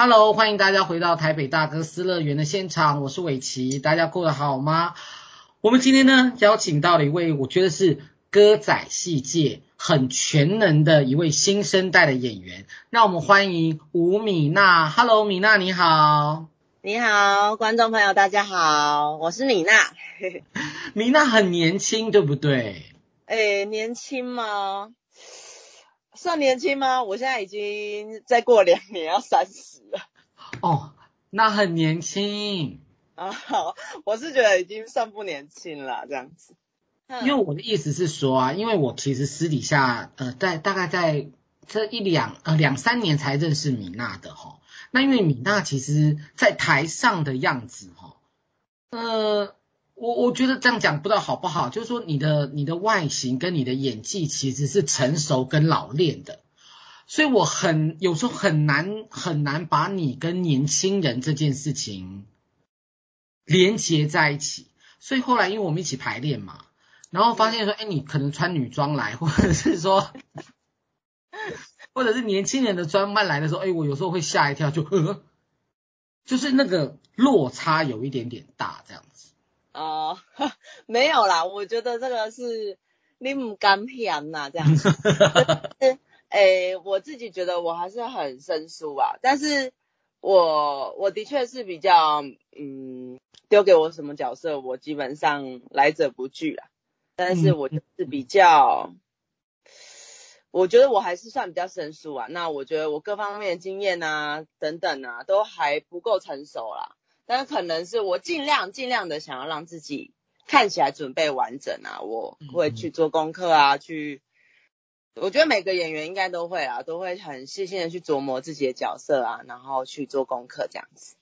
Hello，欢迎大家回到台北大哥斯乐园的现场，我是伟奇，大家过得好吗？我们今天呢邀请到了一位我觉得是歌仔戏界很全能的一位新生代的演员，让我们欢迎吴米娜。Hello，米娜你好。 你好，观众朋友大家好，我是米娜。 米娜很年轻，对不对？ 年轻吗？算年轻吗？我现在已经再过2年要30了。 哦，那很年轻。 好，我是觉得已经算不年轻了，这样子。 因为我的意思是说啊，因为我其实私底下大概在这两三年才认识米娜的齁。那因为米娜其实在台上的样子齁，我觉得这样讲不知道好不好，就是说你的外形跟你的演技其实是成熟跟老练的，所以我有时候很难把你跟年轻人这件事情连结在一起。所以后来因为我们一起排练嘛，然后发现说，你可能穿女装来，或者是说，或者是年轻人的装扮来的时候，我有时候会吓一跳，就是那个落差有一点点大，这样子。 哦，没有啦，我觉得这个是你不敢骗呐，这样子。我自己觉得我还是很生疏啊，但是我的确是比较丢给我什么角色，我基本上来者不拒啦。但是我就是比较，我觉得我还是算比较生疏啊。那我觉得我各方面的经验啊等等啊都还不够成熟啦。但是可能是我尽量的想要让自己看起来准备完整啊，我会去做功课啊，我觉得每个演员应该都会很细心的去琢磨自己的角色啊，然后去做功课这样子。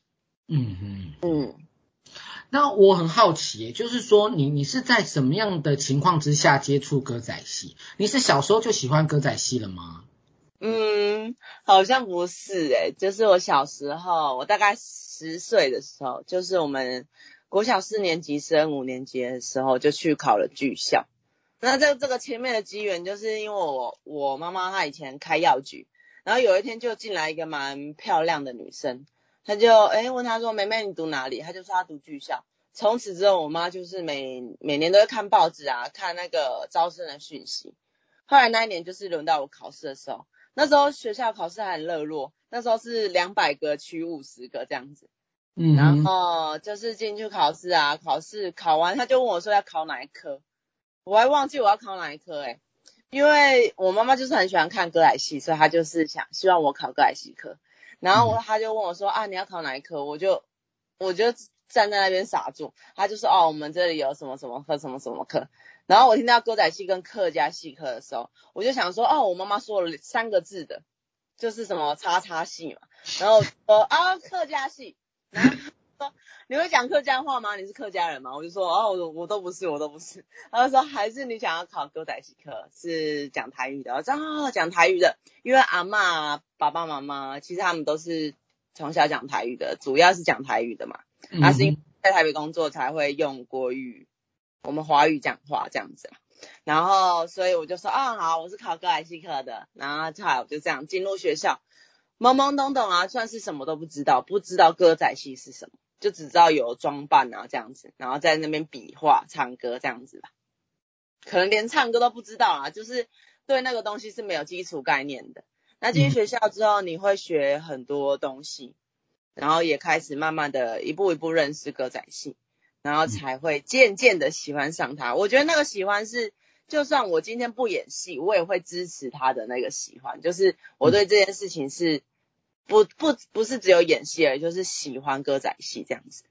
那我很好奇，就是说你是在什么样的情况之下接触歌仔戏？你是小时候就喜欢歌仔戏了吗？ 好像不是就是我小时候，我大概10岁的时候，就是我们国小4年级升5年级的时候就去考了剧校。那这个前面的机缘，就是因为我妈妈她以前开药局，然后有一天就进来一个蛮漂亮的女生，她就问她说：“妹妹你读哪里？”她就说她读剧校。从此之后，我妈就是每年都会看报纸啊，看那个招生的讯息。后来那一年就是轮到我考试的时候，那时候学校考试还很热络，那时候是200个取50个这样子。然后就是进去考试啊，考完他就问我说要考哪一科，我还忘记我要考哪一科因为我妈妈就是很喜欢看歌仔戏，所以她就是希望我考歌仔戏科。然后他就问我说你要考哪一科，我就站在那边傻住。他就说我们这里有什么什么科什么什么科。然后我听到歌仔戏跟客家戏科的时候，我就想说我妈妈说了3个字的，就是什么叉叉戏嘛。然后我说客家戏。然后说你会讲客家话吗？你是客家人吗？我就说我都不是。他就说还是你想要考歌仔戏科，是讲台语的。我说讲台语的，因为阿嬷爸爸妈妈其实他们都是从小讲台语的，主要是讲台语的嘛。是因为在台北工作才会用国语，我们华语讲话这样子。然后所以我就说好，我是考歌仔戏科的。然后我就这样进入学校，懵懵懂懂啊，算是什么都不知道歌仔戏是什么，就只知道有装扮啊这样子，然后在那边比划唱歌这样子吧。可能连唱歌都不知道啊，就是对那个东西是没有基础概念的。那进学校之后，你会学很多东西，然后也开始慢慢的一步一步认识歌仔戏，然后才会渐渐的喜欢上它。我觉得那个喜欢是，就算我今天不演戏，我也会支持他的那个喜欢，就是我对这件事情是不是只有演戏而已，就是喜欢歌仔戏这样子。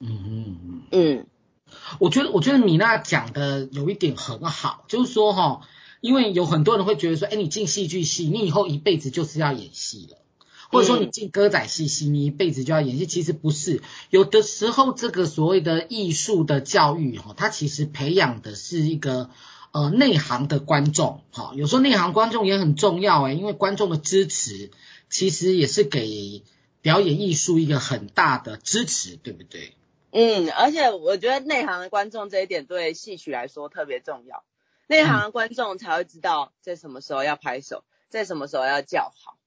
我觉得米娜讲的有一点很好，就是说因为有很多人会觉得说，你进戏剧系，你以后一辈子就是要演戏了，或者说你进歌仔戏系，你一辈子就要演戏。其实不是，有的时候这个所谓的艺术的教育它其实培养的是一个内行的观众有时候内行观众也很重要因为观众的支持其实也是给表演艺术一个很大的支持，对不对？ 而且我觉得内行的观众这一点对戏曲来说特别重要，内行的观众才会知道在什么时候要拍手，在什么时候要叫好。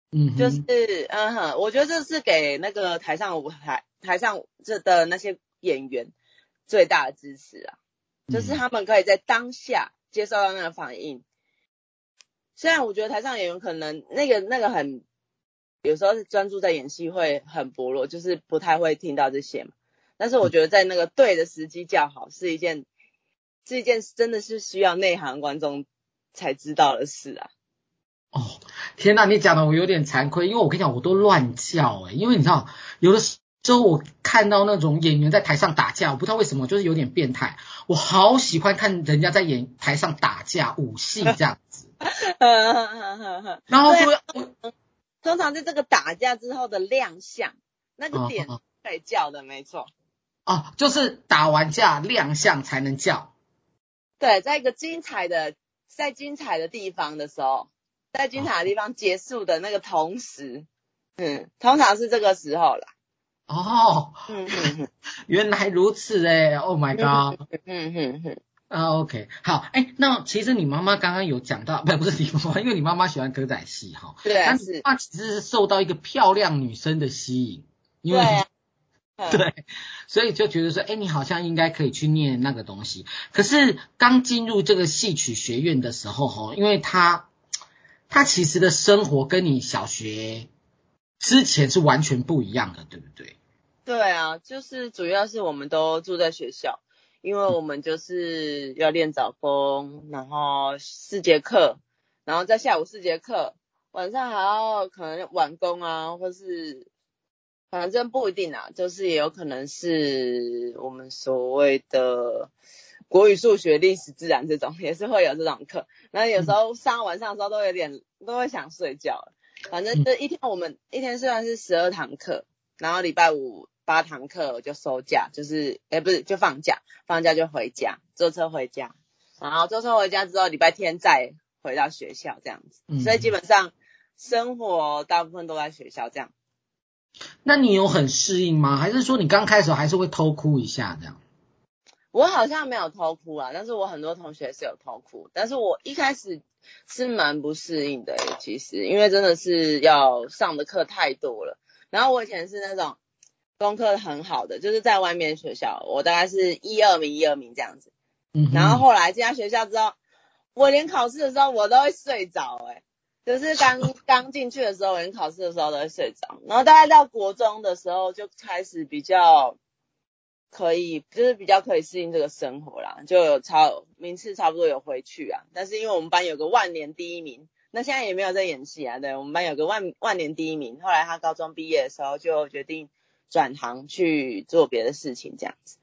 就是嗯哼， 我觉得这是给那个台上这的那些演员最大的支持啊，就是嗯。 他们可以在当下接受到那个反应。虽然我觉得台上演员可能那个很有时候是专注在演戏会很薄弱，就是不太会听到这些嘛。但是我觉得在那个对的时机叫好是一件真的是需要内行观众才知道的事啊。 哦，天呐，你讲的我有点惭愧，因为我跟你讲，我都乱叫因为你知道，有的时候我看到那种演员在台上打架，我不知道为什么，就是有点变态，我好喜欢看人家在台上打架武戏这样子，然后对啊， 就要通常在这个打架之后的亮相，那个点啊可以叫的，没错。 就是打完架亮相才能叫。 对，在一个精彩的地方的时候，在精彩的地方结束的那个同时，通常是这个时候啦。 哦， 嗯哼哼， 原来如此，Oh my 嗯 god。 哼哼哼， OK，好，那其实你妈妈刚刚有讲到，不是你妈妈，因为你妈妈喜欢歌仔戏哈， 对啊， 那你是， 妈妈其实是受到一个漂亮女生的吸引，因为对啊， 对，所以就觉得说，你好像应该可以去念那个东西。可是刚进入这个戏曲学院的时候哈，因为他其实的生活跟你小学之前是完全不一样的，对不对？ 对啊，就是主要是我们都住在学校，因为我们就是要练早功，然后4节课，然后在下午4节课，晚上还要可能晚工啊，或是反正不一定啊，就是也有可能是我们所谓的国语、数学、历史、自然这种，也是会有这种课。然后有时候上晚上的时候都会想睡觉。反正这我们一天虽然是12堂课，然后礼拜五8堂课我就收假，就是不是就放假，放假就回家，坐车回家，然后坐车回家之后礼拜天再回到学校这样子。所以基本上生活大部分都在学校这样。 那你有很适应吗？还是说你刚开始还是会偷哭一下这样？ 我好像没有偷哭啊，但是我很多同学是有偷哭，但是我一开始是蛮不适应的其实因为真的是要上的课太多了。然后我以前是那种功课很好的，就是在外面学校，我大概是1、2名这样子。然后后来进到学校之后，我连考试的时候我都会睡着就是刚进去的时候，我连考试的时候都会睡着。然后大概到国中的时候就开始比较就是比较可以适应这个生活啦，就有名次差不多有回去啊。但是因为我们班有个万年第一名，那现在也没有在演戏啊。对，我们班有个万年第一名，后来他高中毕业的时候就决定转行去做别的事情，这样子。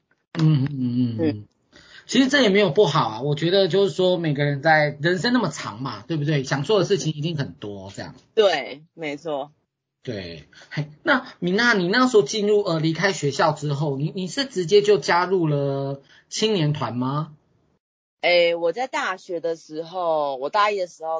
其实这也没有不好啊，我觉得就是说每个人在人生那么长嘛，对不对？想做的事情一定很多，这样。 对，没错。 对，那米娜，你那时候离开学校之后，你是直接就加入了青年团吗？ 我在大学的时候，我大一的时候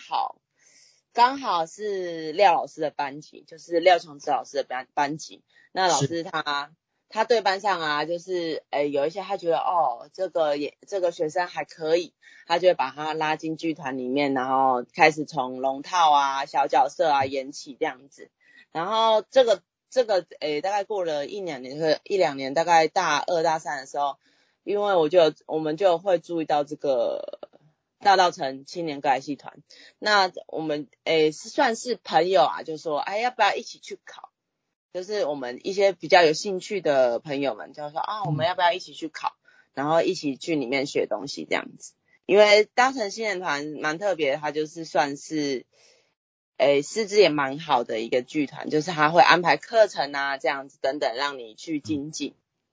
刚好是廖老师的班级，就是廖崇志老师的班级。那老师他对班上啊，就是有一些他觉得这个学生还可以，他就会把他拉进剧团里面，然后开始从龙套啊、小角色啊演起这样子。然后大概过了1、2年，大概大2、大3的时候，因为我们就会注意到这个大稻埕青年歌仔戏团，那我们算是朋友啊，就说要不要一起去考？就是我们一些比较有兴趣的朋友们就说我们要不要一起去考，然后一起去里面学东西这样子。因为大稻埕青年团蛮特别的，它就是算是师资也蛮好的一个剧团，就是他会安排课程啊这样子等等让你去精进。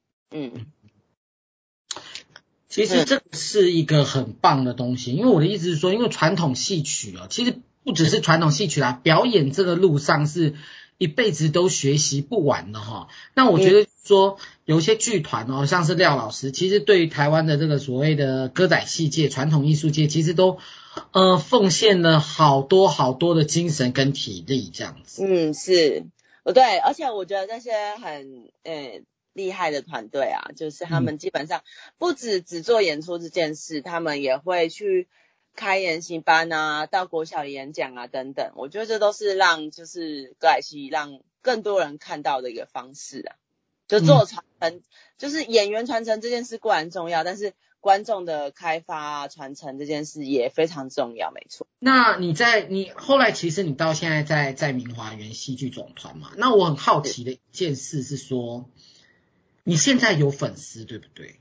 其实这是一个很棒的东西，因为我的意思是说，因为传统戏曲其实不只是传统戏曲啦，表演这个路上是一辈子都学习不完的哈。那我觉得说有一些剧团像是廖老师，其实对于台湾的这个所谓的歌仔戏界、传统艺术界，其实都奉献了好多好多的精神跟体力这样子。 是，对，而且我觉得那些很厉害的团队啊，就是他们基本上不只做演出这件事，他们也会去开研习班啊，到国小演讲啊等等，我觉得这都是让就是歌仔戏让更多人看到的一个方式啊。就做传承，就是演员传承这件事固然重要，但是观众的开发啊、传承这件事也非常重要，没错。 那你后来其实你到现在在明华园戏剧总团嘛？那我很好奇的一件事是说，你现在有粉丝对不对？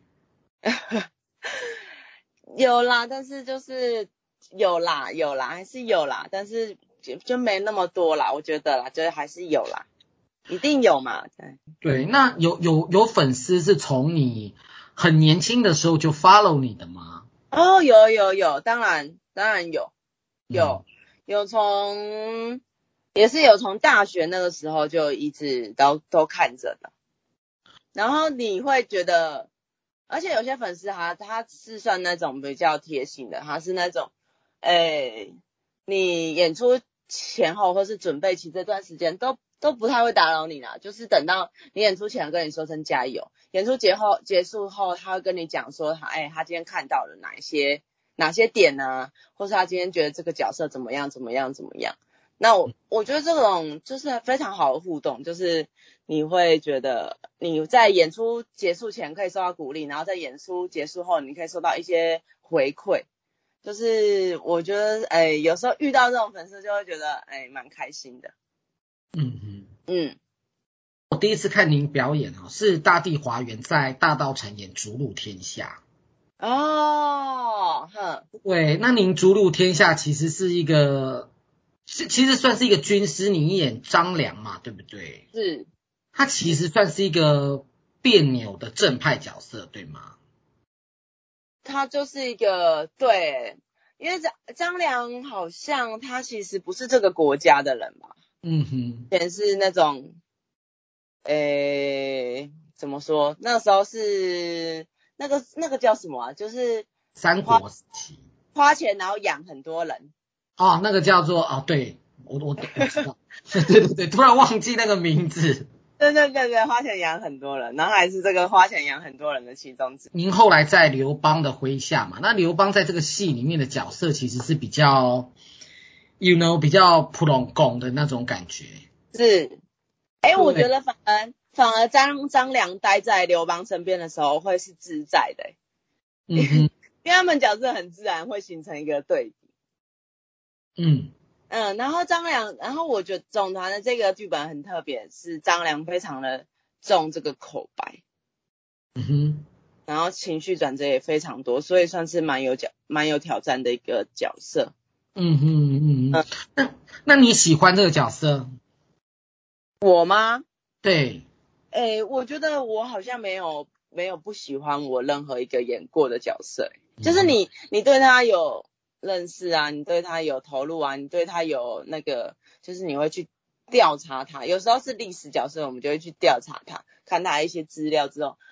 有啦，但是就是有啦，还是有啦，但是就没那么多啦，我觉得啦，就是还是有啦，一定有嘛。对， 对，那有粉丝是从你很年轻的时候就 follow 你的吗？ 哦，有，当然有， 嗯有从也是有从大学那个时候就一直都看着的，然后你会觉得。而且有些粉丝他是算那种比较贴心的，他是那种，你演出前后或是准备期这段时间都不太会打扰你啦，就是等到你演出前跟你说声加油，演出结束后，他会跟你讲说他今天看到了哪些点啊，或是他今天觉得这个角色怎么样。那我觉得这种就是非常好的互动，就是你会觉得你在演出结束前可以收到鼓励，然后在演出结束后你可以收到一些回馈，就是我觉得有时候遇到这种粉丝就会觉得蛮开心的。 嗯嗯。 嗯， 我第一次看您表演是大地华园在大稻埕演《逐鹿天下》。 哦，哼， 对，那您《逐鹿天下》其实是一个，其实算是一个军师，你演张良嘛，对不对？ 是。 他其实算是一个别扭的正派角色，对吗？ 他就是一个对，因为张良好像他其实不是这个国家的人吧， 嗯哼， 以前是那种怎么说？那时候是那个叫什么啊？就是三国时期。 花钱然后养很多人。 哦，那个叫做对，我知道，对，突然忘记那个名字。 对，花钱养很多人，然后还是这个花钱养很多人的其中之一。 您后来在刘邦的麾下嘛，那刘邦在这个戏里面的角色其实是比较比较普通拱的那种感觉。 是，我觉对， 得反而张良待在刘邦身边的时候会是自在的。 嗯哼， 因为他们角色很自然会形成一个对比。 嗯然后然后我觉得总团的这个剧本很特别，是张良非常的重这个口白， 嗯哼， 然后情绪转折也非常多，所以算是蛮有挑战的一个角色。 嗯哼嗯哼，那你喜欢这个角色？ 我吗？ 对， 我觉得我好像没有不喜欢我任何一个演过的角色，就是嗯哼， 你对他有认识啊，你对他有投入啊，你对他有那个，就是你会去调查他，有时候是历史角色，我们就会去调查他，看他一些资料之后，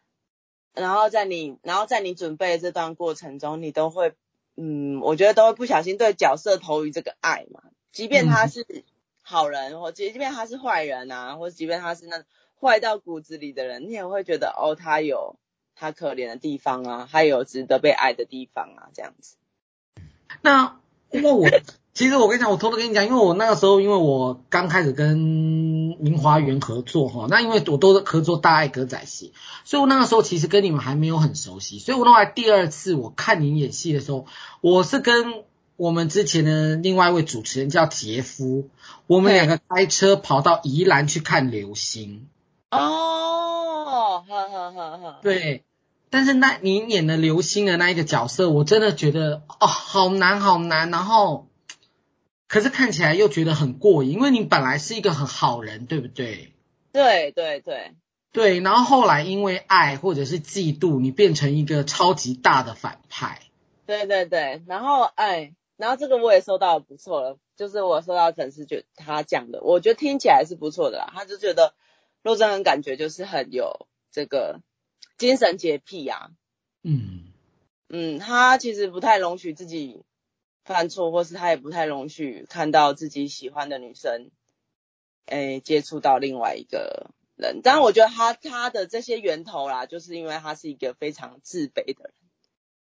然后在你准备的这段过程中，你都会，我觉得都会不小心对角色投予这个爱嘛，即便嗯哼， 他是好人，或即便他是坏人啊，或即便他是那坏到骨子里的人，你也会觉得他有他可怜的地方啊，他有值得被爱的地方啊，这样子。 那因为其实我跟你讲，我偷偷跟你讲，因为我那个时候，因为我刚开始跟明华园合作那因为我都合作大爱歌仔戏，所以我那个时候其实跟你们还没有很熟悉，所以我后来第二次我看你演戏的时候，我是跟我们之前的另外一位主持人叫杰夫，我们两个开车跑到宜兰去看流星。 哦，呵， 对，但是你演的流星的那一个角色，我真的觉得好难好难，然后可是看起来又觉得很过瘾，因为你本来是一个很好人，对不对？ 对， 对，然后后来因为爱或者是嫉妒，你变成一个超级大的反派。 对，然后这个我也收到不错了，就是我收到粉丝觉得他讲的，我觉得听起来是不错的啦。他就觉得陆正恩感觉就是很有这个精神洁癖啊， 嗯他其实不太容许自己犯错，或是他也不太容许看到自己喜欢的女生，接触到另外一个人。当然，我觉得他的这些源头啦，就是因为他是一个非常自卑的人。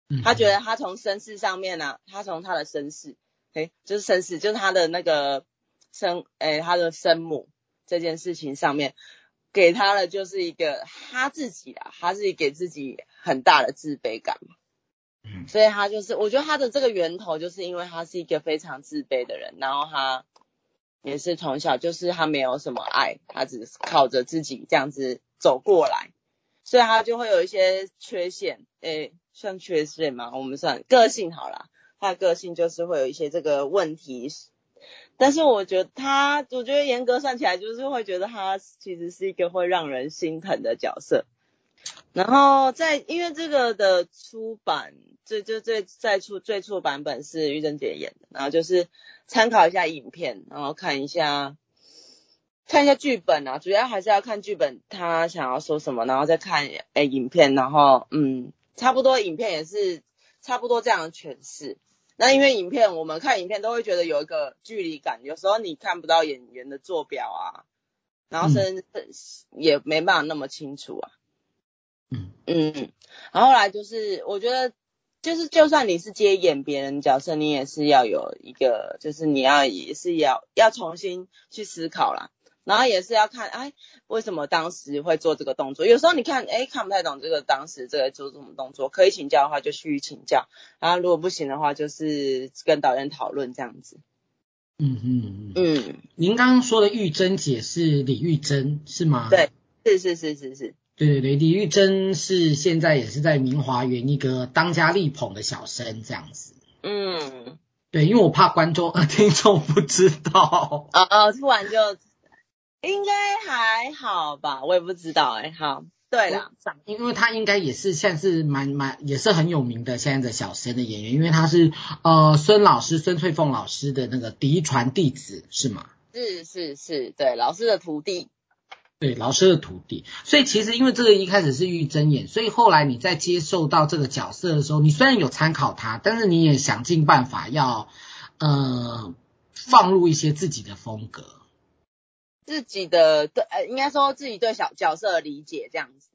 他觉得他从身世上面啊，他从他的身世，就是身世，就是他的那个他的生母这件事情上面，给他的就是一个他自己啦，他自己给自己很大的自卑感嘛。所以他就是，我觉得他的这个源头就是因为他是一个非常自卑的人，然后他也是从小就是他没有什么爱，他只是靠着自己这样子走过来，所以他就会有一些缺陷，算缺陷吗？我们算个性好啦，他的个性就是会有一些这个问题，但是我觉得严格算起来，就是会觉得他其实是一个会让人心疼的角色。然后因为这个的出版，最初版本是玉珍姐演的，然后就是参考一下影片，然后看一下剧本啊，主要还是要看剧本他想要说什么，然后再看影片，然后差不多影片也是差不多这样的诠释。那因为我们看影片都会觉得有一个距离感，有时候你看不到演员的坐标啊，然后甚至也没办法那么清楚啊。然后后来就是我觉得就是就算你是接演别人角色，你也是要有一个，就是你也是要重新去思考啦，然后也是要看为什么当时会做这个动作，有时候你看看不太懂这个当时这个做什么动作，可以请教的话就去请教，然后如果不行的话就是跟导演讨论这样子。 您刚刚说的玉珍姐是李玉珍是吗？ 对，是。 对，李玉珍是现在也是在明华园一个当家力捧的小生这样子。对，因为我怕听众不知道。 突然就应该还好吧，我也不知道好，对啦， 因为他应该也是现在是也是很有名的现在的小生的演员，因为他是孙翠凤老师的那个嫡传弟子是吗？ 是，对，老师的徒弟。 对，老师的徒弟，所以其实因为这个一开始是玉珍演，所以后来你在接受到这个角色的时候，你虽然有参考他，但是你也想尽办法要放入一些自己的风格， 自己的应该说自己对角色的理解这样子。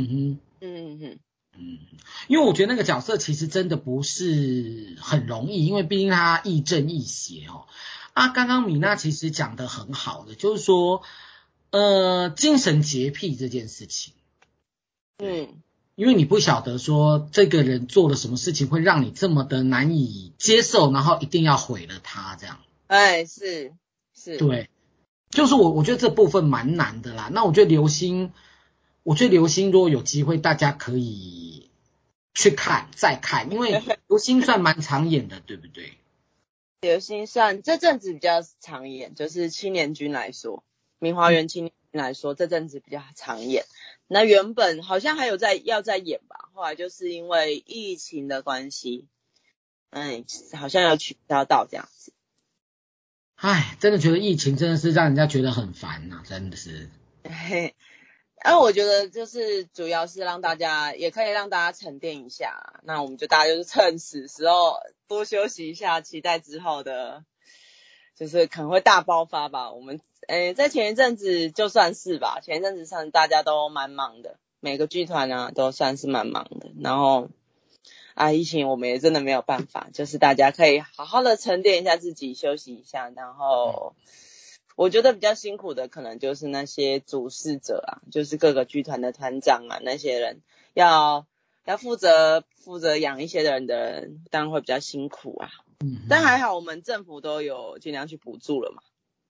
因为我觉得那个角色其实真的不是很容易，因为毕竟他亦正亦邪哦。刚刚米娜其实讲得很好的，就是说精神洁癖这件事情。因为你不晓得说这个人做了什么事情会让你这么的难以接受，然后一定要毁了他这样。 是。 对，就是我觉得这部分蛮难的啦。那我觉得流星如果有机会，大家可以去再看，因为流星算蛮常演的，对不对？ 流星算这阵子比较常演，就是青年军来说，明华园青年军来说，这阵子比较常演。那原本好像还有要再演吧，后来就是因为疫情的关系，好像要取消到这样子。 真的觉得疫情真的是让人家觉得很烦啊，真的是。 我觉得就是主要是也可以让大家沉淀一下，那我们大家就是趁此时候多休息一下，期待之后的就是可能会大爆发吧。我们在前一阵子就算是吧，前一阵子上大家都蛮忙的，每个剧团啊都算是蛮忙的，然后疫情我们也真的没有办法，就是大家可以好好的沉淀一下自己，休息一下，然后我觉得比较辛苦的可能就是那些主事者啊，就是各个剧团的团长啊，那些人要负责养一些人的人，当然会比较辛苦啊。但还好我们政府都有尽量去补助了嘛。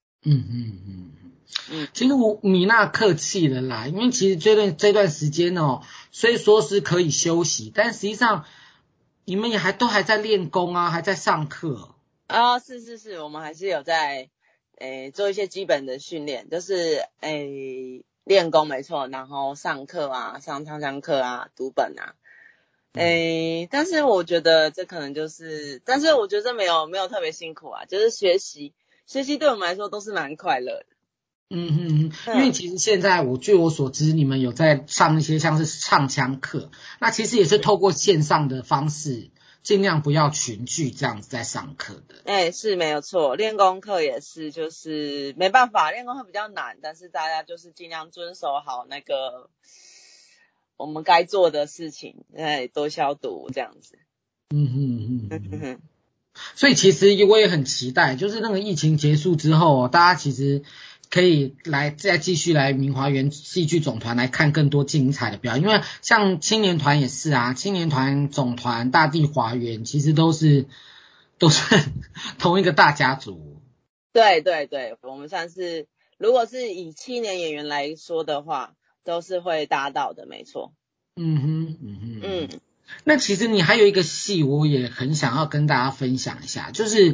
其实米娜客气了啦，因为其实这段时间虽说是可以休息，但实际上你们也都还在练功啊，还在上课。 是，我们还是有在做一些基本的训练，就是练功没错，然后上课啊，上唱腔课啊，读本啊。但是我觉得这可能但是我觉得这没有特别辛苦啊，就是学习对我们来说都是蛮快乐的。 因为其实现在据我所知，你们有在上一些像是唱腔课，那其实也是透过线上的方式，尽量不要群聚这样子在上课的。 是没有错，练功课也是，就是没办法，练功课比较难，但是大家就是尽量遵守好我们该做的事情，多消毒这样子。 所以其实我也很期待，就是那个疫情结束之后，大家其实可以再继续来明华园戏剧总团来看更多精彩的表演，因为像青年团也是啊，青年团总团、大地华园其实都是同一个大家族。 对对对，我们算是如果是以青年演员来说的话，都是会搭到的，没错。 那其实你还有一个戏，我也很想要跟大家分享一下，就是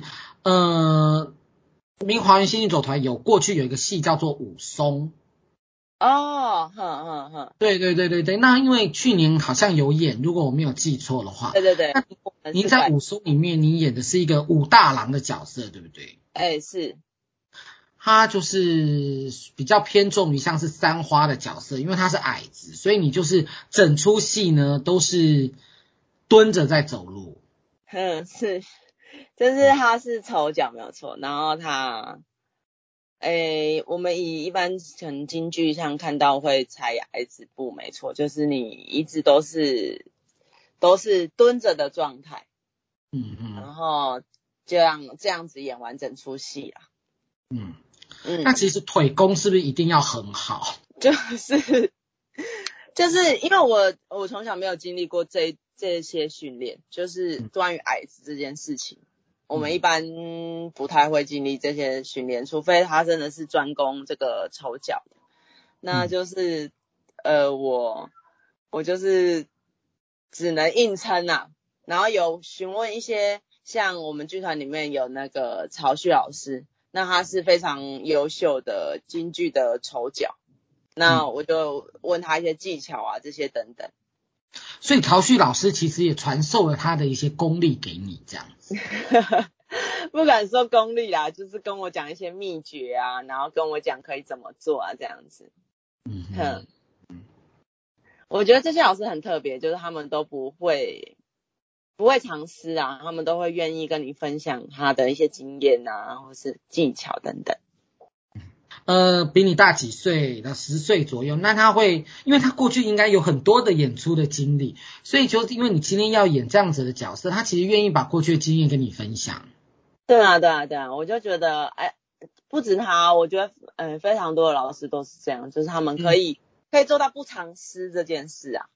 明华园戏剧总团过去有一个戏叫做武松。 哦，哼。 对，那因为去年好像有演，如果我没有记错的话。 对， 那您在武松里面，你演的是一个武大郎的角色，对不对？ 是。 他就是比较偏重于像是三花的角色，因为他是矮子，所以你就是整出戏呢都是蹲着在走路。 是，就是他是丑角没有错，然后他，我们一般从京剧上看到会踩矮子步，没错，就是你一直都是蹲着的状态，然后这样子演完整出戏啦。 那其实腿功是不是一定要很好？ 就是因为我从小没有经历过这些训练，就是关于矮子这件事情，我们一般不太会经历这些训练，除非他真的是专攻这个丑角的，那就是我就是只能硬撑啊，然后有询问一些像我们剧团里面有那个曹旭老师，那他是非常优秀的京剧的丑角。那我就问他一些技巧啊，这些等等。 所以曹旭老师其实也传授了他的一些功力给你，这样子。 不敢说功力啦，就是跟我讲一些秘诀啊，然后跟我讲可以怎么做啊，这样子。我觉得这些老师很特别，就是他们都不会藏私啊，他们都会愿意跟你分享他的一些经验啊，或是技巧等等。 比你大几岁，10岁左右，那他会，因为他过去应该有很多的演出的经历，所以就是因为你今天要演这样子的角色，他其实愿意把过去的经验跟你分享。 对啊，我就觉得，不止他，我觉得，非常多的老师都是这样，就是他们可以做到不藏私这件事啊。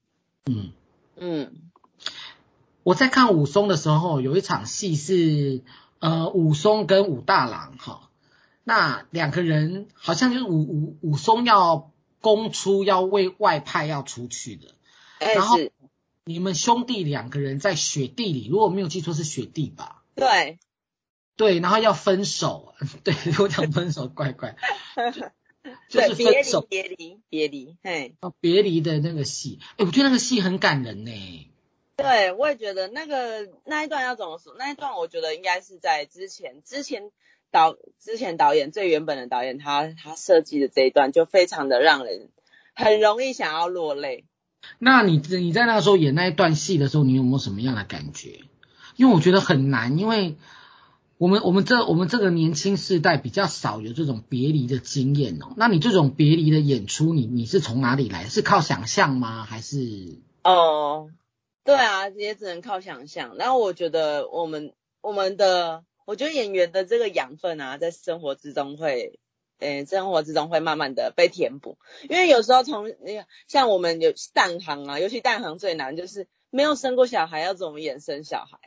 我在看武松的时候，有一场戏是武松跟武大郎哈。那两个人好像就是武松要攻出，要为外派要出去的，然后你们兄弟两个人在雪地里，如果没有记错是雪地吧？对，然后要分手，对，我讲分手怪怪，就是分手别离， 别离的那个戏，我觉得那个戏很感人呢。 对，我也觉得那一段要怎么说？那一段我觉得应该是在之前导演最原本的导演他设计的这一段就非常的让人很容易想要落泪。 那你在那个时候演那一段戏的时候，你有没有什么样的感觉？因为我觉得很难，因为我们这个年轻世代比较少有这种别离的经验哦。那你这种别离的演出，你是从哪里来？是靠想象吗？还是？ 对啊，也只能靠想象。然后我觉得我觉得演员的这个养分啊，在生活之中会慢慢的被填补。因为有时候像我们有蛋行啊，尤其蛋行最难就是没有生过小孩，要怎么演生小孩？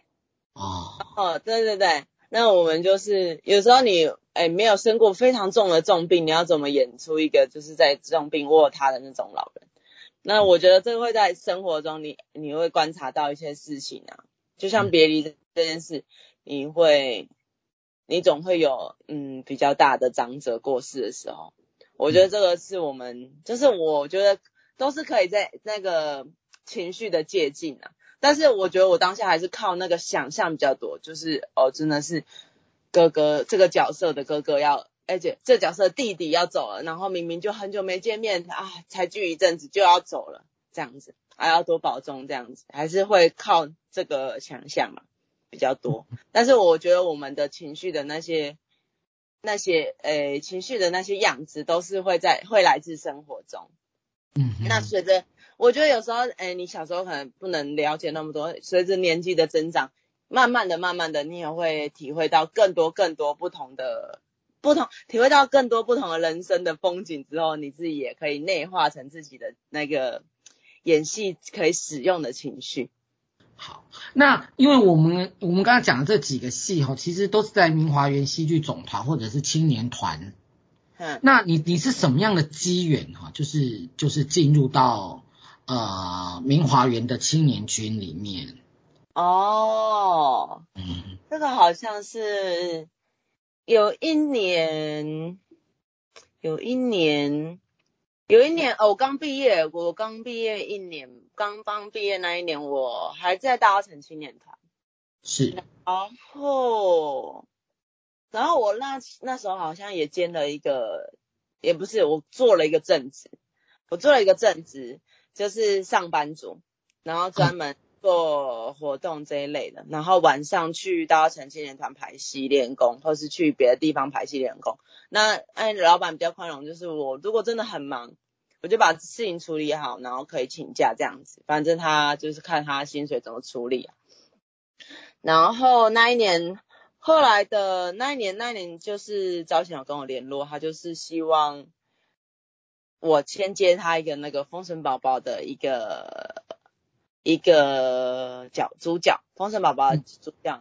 对。那我们就是有时候你没有生过非常重的重病，你要怎么演出一个就是在重病卧榻的那种老人？那我觉得这会在生活中你会观察到一些事情啊，就像别离这件事，你总会有比较大的长者过世的时候，我觉得这个是我们就是我觉得都是可以在那个情绪的借鉴啊，但是我觉得我当下还是靠那个想象比较多，就是真的是哥哥这个角色的哥哥这角色弟弟要走了，然后明明就很久没见面啊，才聚一阵子就要走了，这样子还要多保重，这样子还是会靠这个想象嘛比较多。但是我觉得我们的情绪的那些情绪的那些样子都是会来自生活中。那随着我觉得有时候，你小时候可能不能了解那么多，随着年纪的增长，慢慢的，你也会体会到更多体会到更多不同的人生的风景之后，你自己也可以内化成自己的那个演戏可以使用的情绪。 好，那因为我们刚才讲的这几个戏其实都是在明华园戏剧总团或者是青年团。那你是什么样的机缘就是进入到明华园的青年军里面？ 这个好像是有一年我刚毕业一年，刚毕业那一年我还在大稻埕青年团。 是。 然后我那时候好像也兼了一个，也不是，我做了一个正职，就是上班族，然后专门做活动这一类的，然后晚上去大稻埕青年团排戏练功，或是去别的地方排戏练功。那老板比较宽容，就是我如果真的很忙，我就把事情处理好，然后可以请假这样子，反正他就是看他薪水怎么处理啊。然后后来的那一年就是招贤有跟我联络，他就是希望我先接他一个那个封神宝宝的一个主角，封神宝宝的主角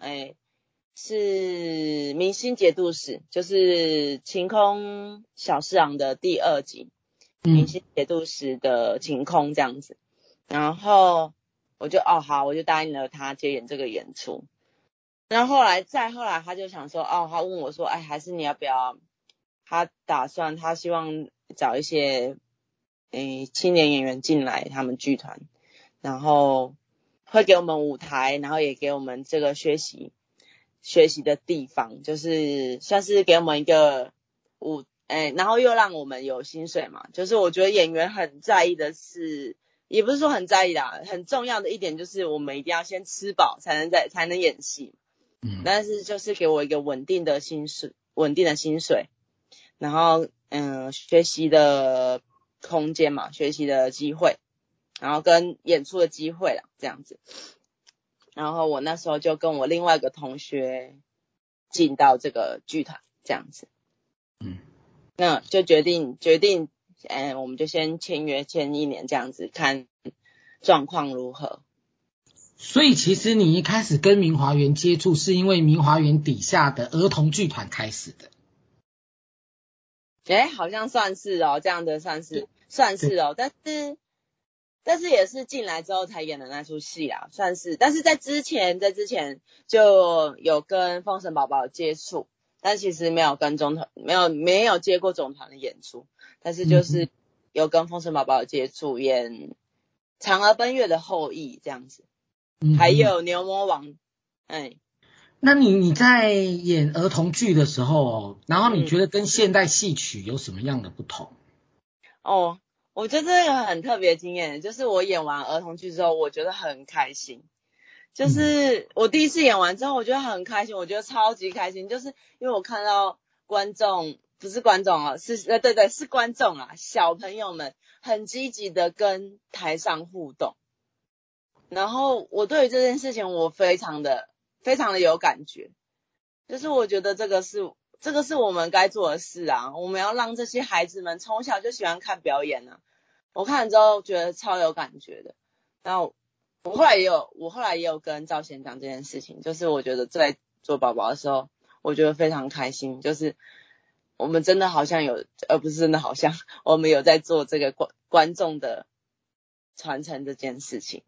是明星节度使，就是晴空小侍郎的第2集，明星节度使的晴空这样子。然后我就好，我就答应了他接演这个演出。然后后来他就想说，他问我说，还是你要不要？他希望找一些青年演员进来他们剧团，然后会给我们舞台，然后也给我们这个学习的地方，就是算是给我们一个然后又让我们有薪水嘛。就是我觉得演员很在意的是，也不是说很在意啦，很重要的一点就是我们一定要先吃饱才能演戏。但是就是给我一个稳定的薪水，然后学习的空间嘛，学习的机会，然后跟演出的机会啦，这样子。然后我那时候就跟我另外一个同学进到这个剧团这样子。那就决定我们就先签约签1年这样子，看状况如何。 所以其实你一开始跟明华园接触，是因为明华园底下的儿童剧团开始的。 好像算是这样的算是但是也是进来之后才演的那出戏啦，算是。但是在之前就有跟封神宝宝接触，但其实没有跟总团没有接过总团的演出，但是就是有跟封神宝宝接触，演嫦娥奔月的后裔这样子。还有牛魔王。 那你在演儿童剧的时候，然后你觉得跟现代戏曲有什么样的不同？ 我觉得这个很特别的经验，就是我演完儿童剧之后，我觉得很开心。就是我第一次演完之后，我觉得很开心，我觉得超级开心，就是因为我看到观众，不是观众是观众啊，小朋友们很积极的跟台上互动。然后我对于这件事情我非常的有感觉，就是我觉得这个是我们该做的事啊，我们要让这些孩子们从小就喜欢看表演啊。我看了之后觉得超有感觉的。然后我后来也有跟赵贤讲这件事情，就是我觉得在做宝宝的时候，我觉得非常开心，就是我们真的好像不是真的好像，我们有在做这个观众的传承这件事情。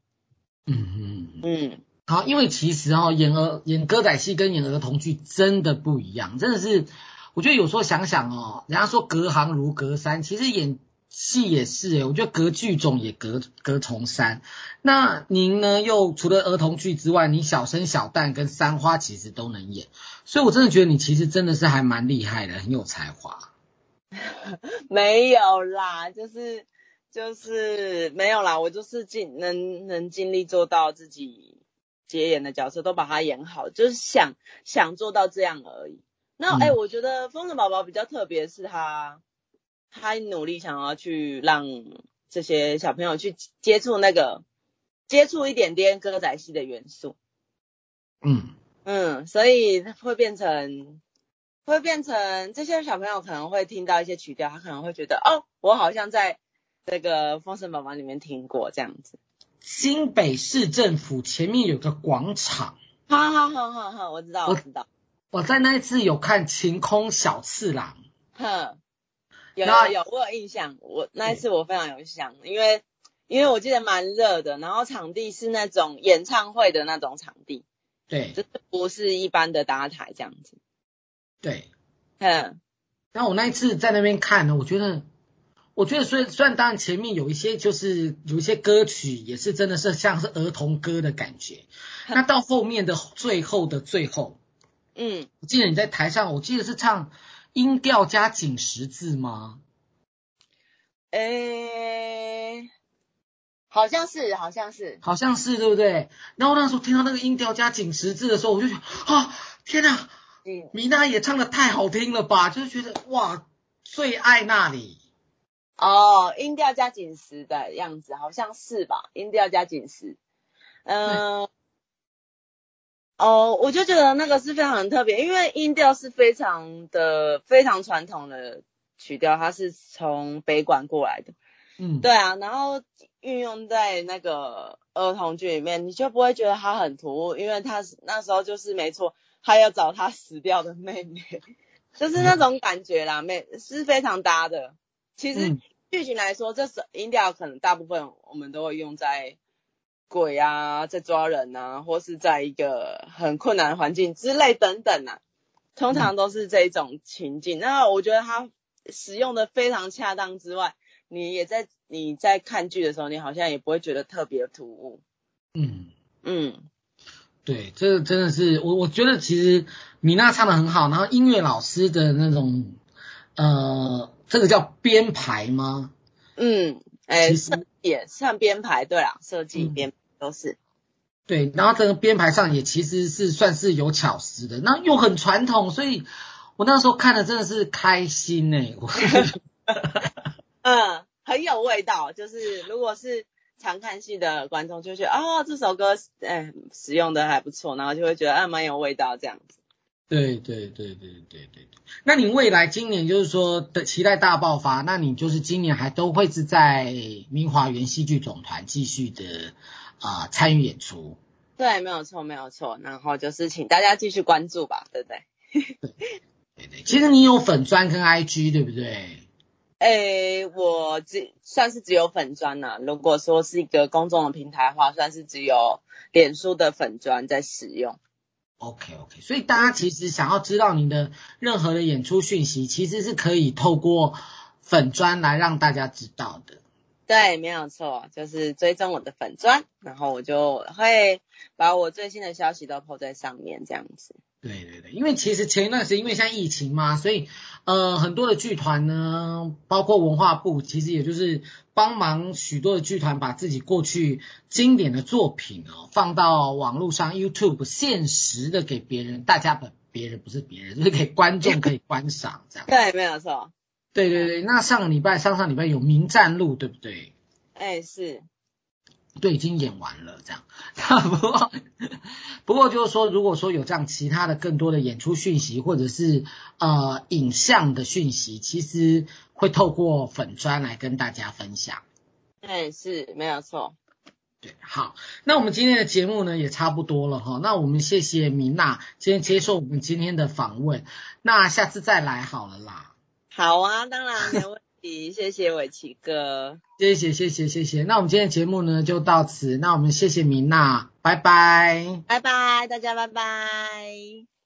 好，因为其实演歌仔戏跟演儿童剧真的不一样，真的是，我觉得有时候想想人家说隔行如隔山，其实演戏也是我觉得隔剧种也隔重山。那您呢，又除了儿童剧之外，你小生小旦跟三花其实都能演，所以我真的觉得你其实真的是还蛮厉害的，很有才华。 没有啦，就是没有啦，我就是能尽力做到自己接演的角色都把它演好，就是想做到这样而已。那我觉得封神宝宝比较特别是他努力想要去让这些小朋友去接触一点点歌仔戏的元素。所以会变成这些小朋友可能会听到一些曲调，他可能会觉得我好像在这个《封神榜》里面听过这样子。 新北市政府前面有个广场， 好，我知道。 我在那一次有看晴空小次郎， 有，我有印象，我那一次我非常有印象，因为我记得蛮热的，然后场地是那种演唱会的那种场地， 对， 就是不是一般的搭台这样子。 对，然后我那一次在那边看呢，我觉得虽然当然前面有一些歌曲也是真的是像是儿童歌的感觉，那到后面的最后，我记得你在台上，我记得是唱音调加紧十字吗？ 好像是， 对不对？然后那时候听到那个音调加紧十字的时候，我就觉得天哪，米娜也唱得太好听了吧，就是觉得哇，最爱那里。 音调加紧十的样子，好像是吧？音调加紧十，我就觉得那个是非常特别，因为音调是非常传统的曲调，它是从北管过来的。对啊，然后运用在那个儿童剧里面，你就不会觉得它很突兀，因为他那时候就是没错，他要找他死掉的妹妹，就是那种感觉啦，是非常搭的。其实剧情来说，这是音调可能大部分我们都会用在鬼啊，在抓人啊，或是在一个很困难的环境之类等等啊，通常都是这一种情境。那我觉得它使用的非常恰当之外，你在看剧的时候，你好像也不会觉得特别突兀。 对，这真的是我觉得其实米娜唱得很好，然后音乐老师的那种这个叫编排吗？ 其实也算编排，对啦，设计编排都是。 对，然后这个编排上也其实是算是有巧思的，那又很传统，所以我那时候看的真的是开心很有味道，就是如果是常看戏的观众就觉得这首歌使用的还不错，然后就会觉得蛮有味道这样子。 对。那你未来今年就是说的期待大爆发，那你就是今年还都会是在明华园戏剧总团继续的参与演出？ 对，没有错。然后就是请大家继续关注吧，对不对？ 对，其实你有粉专跟 IG 对不对？ 我算是只有粉专啦，如果说是一个公众的平台的话，算是只有脸书的粉专在使用。 OK， 所以大家其实想要知道你的任何的演出讯息，其实是可以透过粉专来让大家知道的。 对，没有错，就是追踪我的粉专，然后我就会把我最新的消息都 po 在上面这样子。 对，因为其实前一段时间因为现在疫情嘛，所以很多的剧团呢，包括文化部，其实也就是帮忙许多的剧团把自己过去经典的作品放到网络上 YouTube 限时的给别人不是别人，就是给观众可以观赏这样。 对，没有错。 对，那上礼拜有名战录对不对？ 是。 对，已经演完了这样。不过就是说，如果说有这样其他的更多的演出讯息，或者是影像的讯息，其实会透过粉专来跟大家分享。 是，没有错。 对，好，那我们今天的节目呢也差不多了哈。那我们谢谢米娜今天接受我们今天的访问，那下次再来好了啦。 好啊，当然没问题，谢谢伟奇哥。 谢谢。那我们今天的节目呢就到此，那我们谢谢米娜，拜拜。 拜拜，大家拜拜。